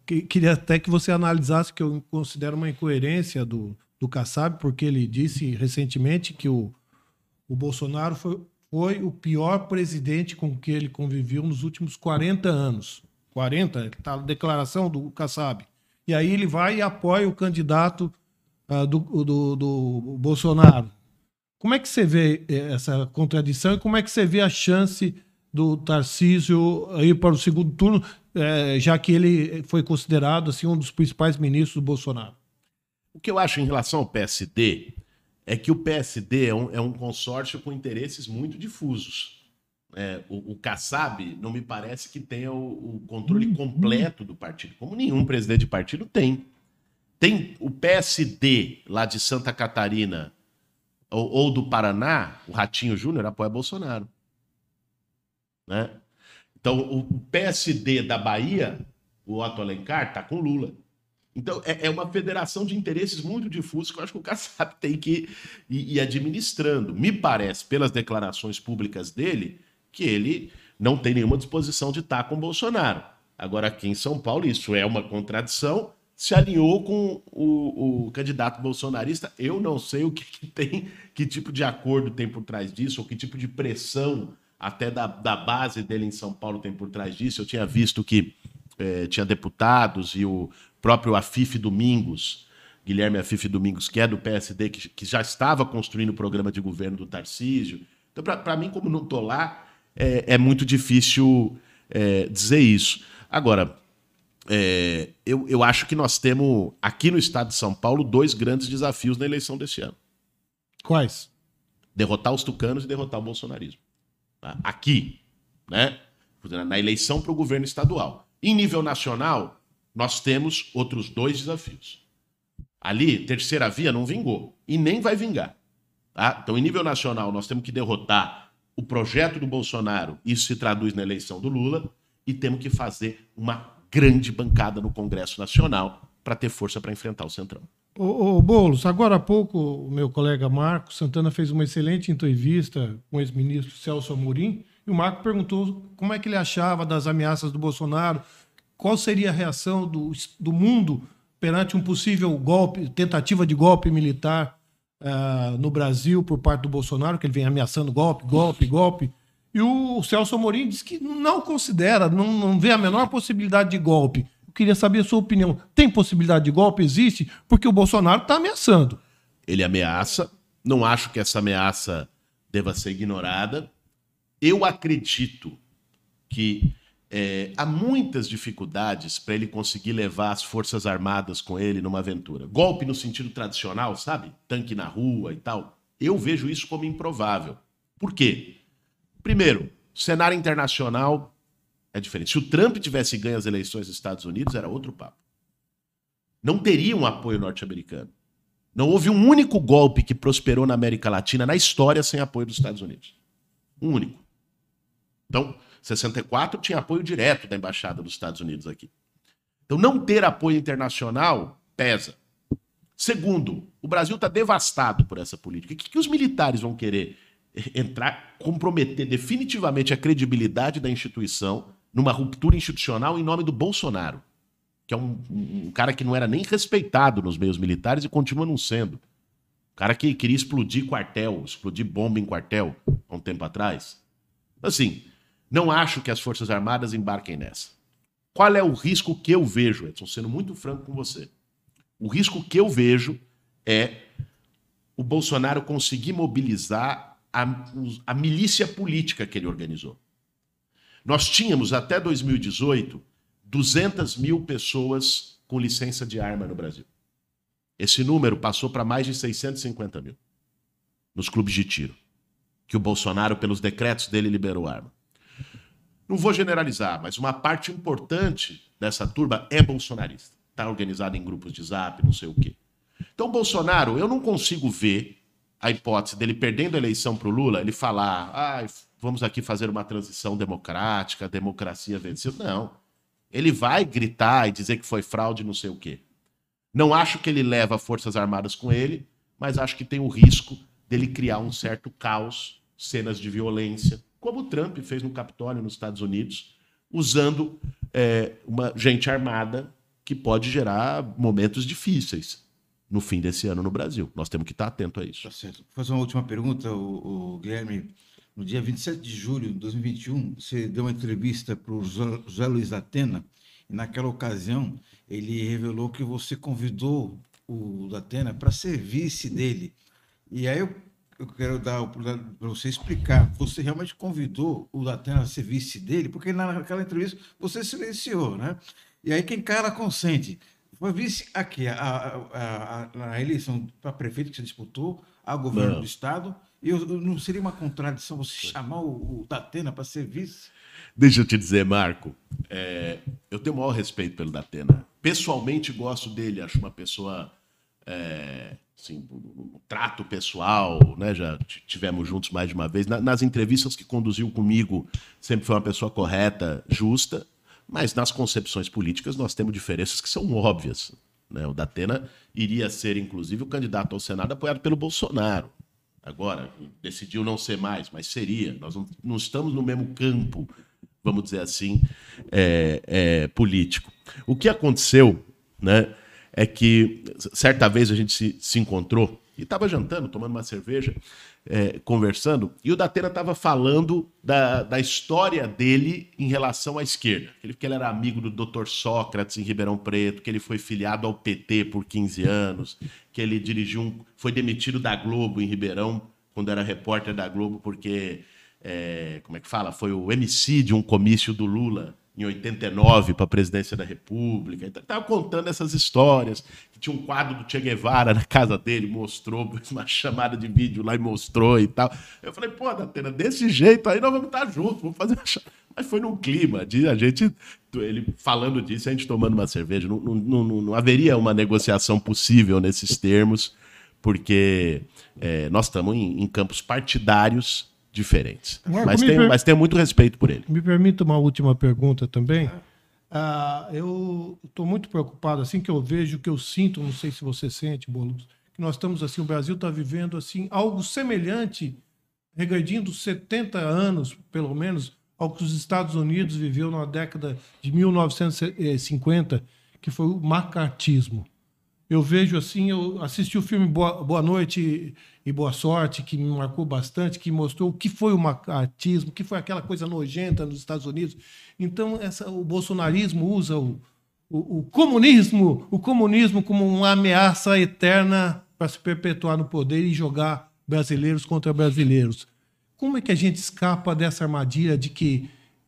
C: queria até que você analisasse, que eu considero uma incoerência do Kassab, porque ele disse recentemente que o Bolsonaro foi o pior presidente com que ele conviveu nos últimos 40 anos. 40, está a declaração do Kassab. E aí ele vai e apoia o candidato do Bolsonaro. Como é que você vê essa contradição e como é que você vê a chance do Tarcísio ir para o segundo turno, já que ele foi considerado assim, um dos principais ministros do Bolsonaro?
B: O que eu acho em relação ao PSD é que o PSD é um consórcio com interesses muito difusos. O Kassab não me parece que tenha o controle completo do partido, como nenhum presidente de partido tem. Tem o PSD lá de Santa Catarina ou do Paraná, o Ratinho Júnior apoia Bolsonaro. Né? Então, o PSD da Bahia, o Otto Alencar, está com Lula. Então, é uma federação de interesses muito difusos que eu acho que o Kassab tem que ir administrando. Me parece, pelas declarações públicas dele, que ele não tem nenhuma disposição de estar com o Bolsonaro. Agora, aqui em São Paulo, isso é uma contradição, se alinhou com o candidato bolsonarista. Eu não sei o que tem, que tipo de acordo tem por trás disso, ou que tipo de pressão até da base dele em São Paulo tem por trás disso. Eu tinha visto que tinha deputados e o próprio Afif Domingos, Guilherme Afif Domingos, que é do PSD, que já estava construindo o programa de governo do Tarcísio. Então, para mim, como não estou lá, é muito difícil dizer isso. Agora, eu acho que nós temos, aqui no estado de São Paulo, 2 grandes desafios na eleição desse ano.
C: Quais?
B: Derrotar os tucanos e derrotar o bolsonarismo. Tá? Aqui, né? Na eleição para o governo estadual. Em nível nacional, nós temos outros 2 desafios. Ali, terceira via não vingou e nem vai vingar. Tá? Então, em nível nacional, nós temos que derrotar o projeto do Bolsonaro. Isso se traduz na eleição do Lula. E temos que fazer uma grande bancada no Congresso Nacional para ter força para enfrentar o Centrão.
C: Ô Boulos, agora há pouco o meu colega Marco Santana fez uma excelente entrevista com o ex-ministro Celso Amorim e o Marco perguntou como é que ele achava das ameaças do Bolsonaro, qual seria a reação do mundo perante um possível golpe, tentativa de golpe militar no Brasil por parte do Bolsonaro, que ele vem ameaçando golpe. E o Celso Amorim disse que não considera, não vê a menor possibilidade de golpe. Eu queria saber a sua opinião. Tem possibilidade de golpe? Existe? Porque o Bolsonaro está ameaçando.
B: Ele ameaça. Não acho que essa ameaça deva ser ignorada. Eu acredito que há muitas dificuldades para ele conseguir levar as Forças Armadas com ele numa aventura. Golpe no sentido tradicional, sabe? Tanque na rua e tal. Eu vejo isso como improvável. Por quê? Primeiro, o cenário internacional é diferente. Se o Trump tivesse ganho as eleições dos Estados Unidos, era outro papo. Não teria um apoio norte-americano. Não houve um único golpe que prosperou na América Latina na história sem apoio dos Estados Unidos. Um único. Então, 64 tinha apoio direto da Embaixada dos Estados Unidos aqui. Então, não ter apoio internacional pesa. Segundo, o Brasil está devastado por essa política. O que os militares vão querer? Comprometer definitivamente a credibilidade da instituição numa ruptura institucional em nome do Bolsonaro, que é um cara que não era nem respeitado nos meios militares e continua não sendo. Um cara que queria explodir quartel, explodir bomba em quartel há um tempo atrás. Assim, não acho que as Forças Armadas embarquem nessa. Qual é o risco que eu vejo, Edson? Sendo muito franco com você. O risco que eu vejo é o Bolsonaro conseguir mobilizar a milícia política que ele organizou. Nós tínhamos, até 2018, 200 mil pessoas com licença de arma no Brasil. Esse número passou para mais de 650 mil nos clubes de tiro, que o Bolsonaro, pelos decretos dele, liberou arma. Não vou generalizar, mas uma parte importante dessa turma é bolsonarista. Está organizada em grupos de zap, não sei o quê. Então, Bolsonaro, eu não consigo ver a hipótese dele perdendo a eleição para o Lula, ele falar, vamos aqui fazer uma transição democrática, a democracia venceu. Não. Ele vai gritar e dizer que foi fraude, não sei o quê. Não acho que ele leva Forças Armadas com ele, mas acho que tem o risco dele criar um certo caos, cenas de violência, como o Trump fez no Capitólio nos Estados Unidos, usando uma gente armada que pode gerar momentos difíceis no fim desse ano no Brasil. Nós temos que estar atento a isso.
A: Tá certo. Vou fazer uma última pergunta, o Guilherme. No dia 27 de julho de 2021, você deu uma entrevista para o José Luiz da Atena, e naquela ocasião ele revelou que você convidou o da Atena para ser vice dele. E aí eu quero dar a oportunidade para você explicar. Você realmente convidou o da Atena a ser vice dele? Porque naquela entrevista você silenciou, né? E aí quem cala consente. Foi vice aqui, na eleição para prefeito que você disputou, a governo do Estado. E não seria uma contradição você chamar o Datena para ser vice?
B: Deixa eu te dizer, Marco, eu tenho o maior respeito pelo Datena. Pessoalmente gosto dele, acho uma pessoa, assim, um trato pessoal, né? Já tivemos juntos mais de uma vez. Nas entrevistas que conduziu comigo, sempre foi uma pessoa correta, justa, mas nas concepções políticas nós temos diferenças que são óbvias, né? O Datena iria ser, inclusive, o candidato ao Senado apoiado pelo Bolsonaro. Agora, decidiu não ser mais, mas seria. Nós não estamos no mesmo campo, vamos dizer assim, político. O que aconteceu, né, é que certa vez a gente se encontrou e estava jantando, tomando uma cerveja, conversando, e o Datena estava falando da história dele em relação à esquerda. Que ele era amigo do Dr. Sócrates em Ribeirão Preto, que ele foi filiado ao PT por 15 anos, que ele foi demitido da Globo em Ribeirão, quando era repórter da Globo, porque, como é que fala? Foi o MC de um comício do Lula em 89 para a presidência da República. Então, estava contando essas histórias. Tinha um quadro do Che Guevara na casa dele, mostrou uma chamada de vídeo lá e mostrou e tal. Eu falei, pô, Datena, desse jeito aí nós vamos estar juntos, vamos fazer uma chamada. Mas foi num clima de ele falando disso, a gente tomando uma cerveja. Não haveria uma negociação possível nesses termos, porque nós estamos em campos partidários diferentes.
C: Marco,
B: mas tenho muito respeito por ele.
C: Me permita uma última pergunta também. Eu estou muito preocupado, assim que eu vejo, que eu sinto, não sei se você sente, Boulos, que nós estamos assim, o Brasil está vivendo assim algo semelhante, regredindo 70 anos, pelo menos, ao que os Estados Unidos viveu na década de 1950, que foi o macartismo. Eu vejo assim, eu assisti o filme Boa Noite e Boa Sorte, que me marcou bastante, que mostrou o que foi o macartismo, o que foi aquela coisa nojenta nos Estados Unidos. Então, o bolsonarismo usa o comunismo como uma ameaça eterna para se perpetuar no poder e jogar brasileiros contra brasileiros. Como é que a gente escapa dessa armadilha de que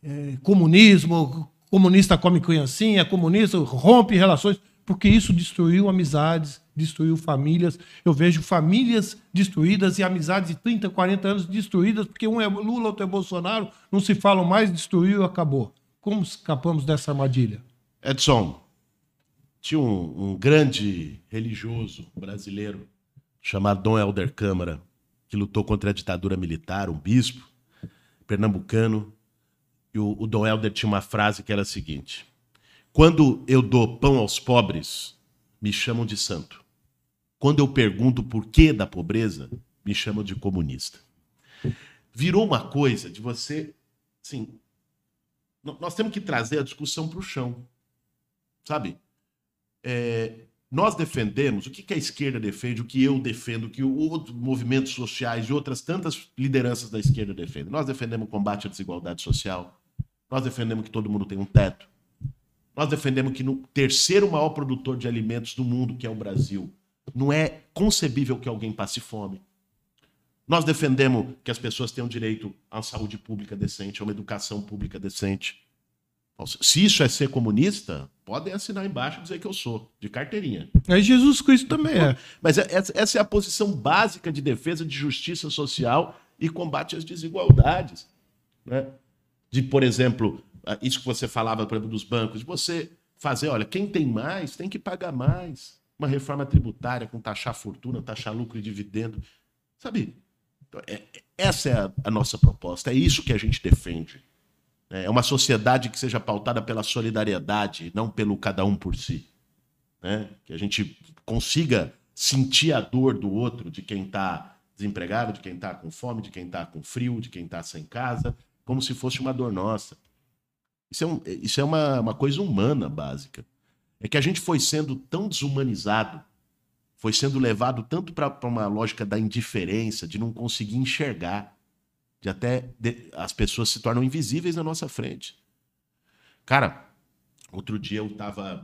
C: comunista come criancinha, comunista rompe relações? Porque isso destruiu amizades, destruiu famílias. Eu vejo famílias destruídas e amizades de 30, 40 anos destruídas, porque um é Lula, outro é Bolsonaro, não se falam mais, destruiu e acabou. Como escapamos dessa armadilha?
B: Edson, tinha um grande religioso brasileiro chamado Dom Helder Câmara, que lutou contra a ditadura militar, um bispo pernambucano. E o Dom Helder tinha uma frase que era a seguinte: quando eu dou pão aos pobres, me chamam de santo. Quando eu pergunto por que da pobreza, me chamam de comunista. Virou uma coisa de você... Assim, nós temos que trazer a discussão para o chão. Sabe? Nós defendemos, o que a esquerda defende, o que eu defendo, o que outros movimentos sociais e outras tantas lideranças da esquerda defendem. Nós defendemos o combate à desigualdade social. Nós defendemos que todo mundo tem um teto. Nós defendemos que no terceiro maior produtor de alimentos do mundo, que é o Brasil, não é concebível que alguém passe fome. Nós defendemos que as pessoas tenham direito a uma saúde pública decente, a uma educação pública decente. Se isso é ser comunista, podem assinar embaixo e dizer que eu sou, de carteirinha.
C: Jesus Cristo também é.
B: Mas essa é a posição básica de defesa de justiça social e combate às desigualdades. Né? De, por exemplo... Isso que você falava, por exemplo, dos bancos, de você fazer, olha, quem tem mais tem que pagar mais. Uma reforma tributária com taxar fortuna, taxar lucro e dividendo. Sabe? Essa é a nossa proposta, é isso que a gente defende. É uma sociedade que seja pautada pela solidariedade, não pelo cada um por si. Né? Que a gente consiga sentir a dor do outro, de quem está desempregado, de quem está com fome, de quem está com frio, de quem está sem casa, como se fosse uma dor nossa. Isso é uma coisa humana básica. É que a gente foi sendo tão desumanizado, foi sendo levado tanto para uma lógica da indiferença, de não conseguir enxergar, as pessoas se tornam invisíveis na nossa frente. Cara, outro dia eu estava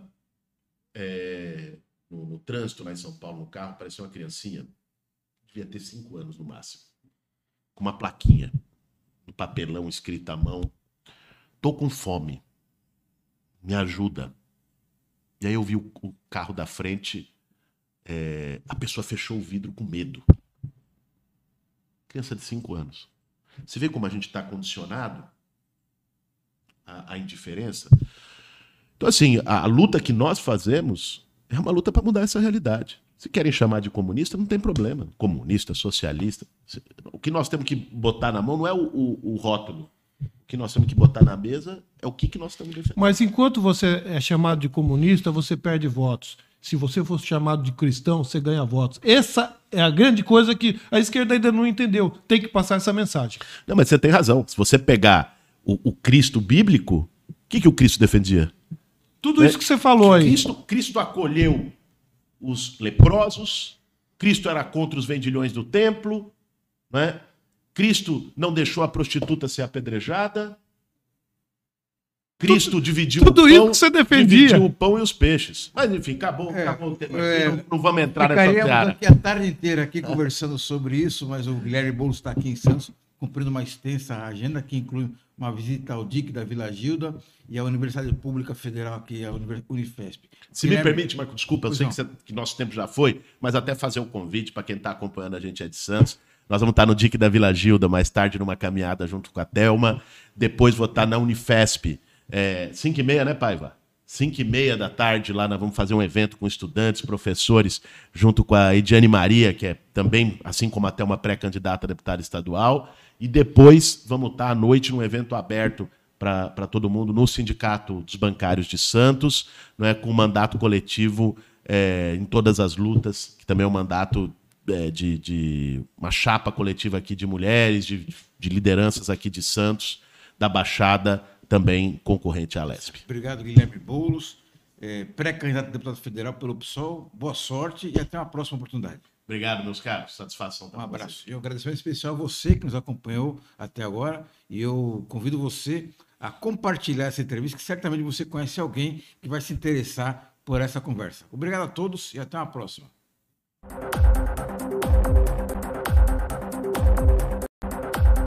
B: no trânsito lá em São Paulo, no carro, apareceu uma criancinha, devia ter 5 anos no máximo, com uma plaquinha, um papelão escrito à mão: tô com fome, me ajuda. E aí eu vi o carro da frente, a pessoa fechou o vidro com medo. Criança de 5 anos. Você vê como a gente está condicionado à indiferença? Então, assim, a luta que nós fazemos é uma luta para mudar essa realidade. Se querem chamar de comunista, não tem problema. Comunista, socialista. O que nós temos que botar na mão não é o rótulo. O que nós temos que botar na mesa é o que nós estamos defendendo.
C: Mas enquanto você é chamado de comunista, você perde votos. Se você fosse chamado de cristão, você ganha votos. Essa é a grande coisa que a esquerda ainda não entendeu. Tem que passar essa mensagem.
B: Não, mas você tem razão. Se você pegar o Cristo bíblico, o que o Cristo defendia?
C: Tudo isso que você falou aí.
B: Cristo acolheu os leprosos, Cristo era contra os vendilhões do templo, né? Cristo não deixou a prostituta ser apedrejada, Cristo dividiu
C: tudo
B: o pão,
C: isso que você defendia.
B: dividiu o pão e os peixes. Mas enfim, acabou o tema aqui, não vamos entrar nessa
A: Ficaríamos
B: seara.
A: aqui a tarde inteira aqui conversando sobre isso, mas o Guilherme Boulos está aqui em Santos, cumprindo uma extensa agenda que inclui uma visita ao DIC da Vila Gilda e à Universidade Pública Federal aqui, a Unifesp.
B: Se
A: Guilherme,
B: me permite, Marco, desculpa, eu sei que nosso tempo já foi, mas até fazer um convite para quem está acompanhando a gente de Santos. Nós vamos estar no DIC da Vila Gilda mais tarde, numa caminhada junto com a Thelma. Depois vou estar na Unifesp, 5h30, né, Paiva? 5h30 da tarde, lá nós vamos fazer um evento com estudantes, professores, junto com a Ediane Maria, que é também, assim como até uma pré-candidata a deputada estadual. E depois vamos estar à noite num evento aberto para todo mundo no Sindicato dos Bancários de Santos, não é, com um mandato coletivo em todas as lutas, que também é um mandato de uma chapa coletiva aqui de mulheres, de lideranças aqui de Santos, da Baixada, também concorrente à Lesp.
A: Obrigado, Guilherme Boulos, pré-candidato a deputado federal pelo PSOL. Boa sorte e até uma próxima oportunidade.
B: Obrigado, meus caros. Satisfação.
A: Um abraço. E um agradecimento especial a você que nos acompanhou até agora. E eu convido você a compartilhar essa entrevista, que certamente você conhece alguém que vai se interessar por essa conversa. Obrigado a todos e até uma próxima.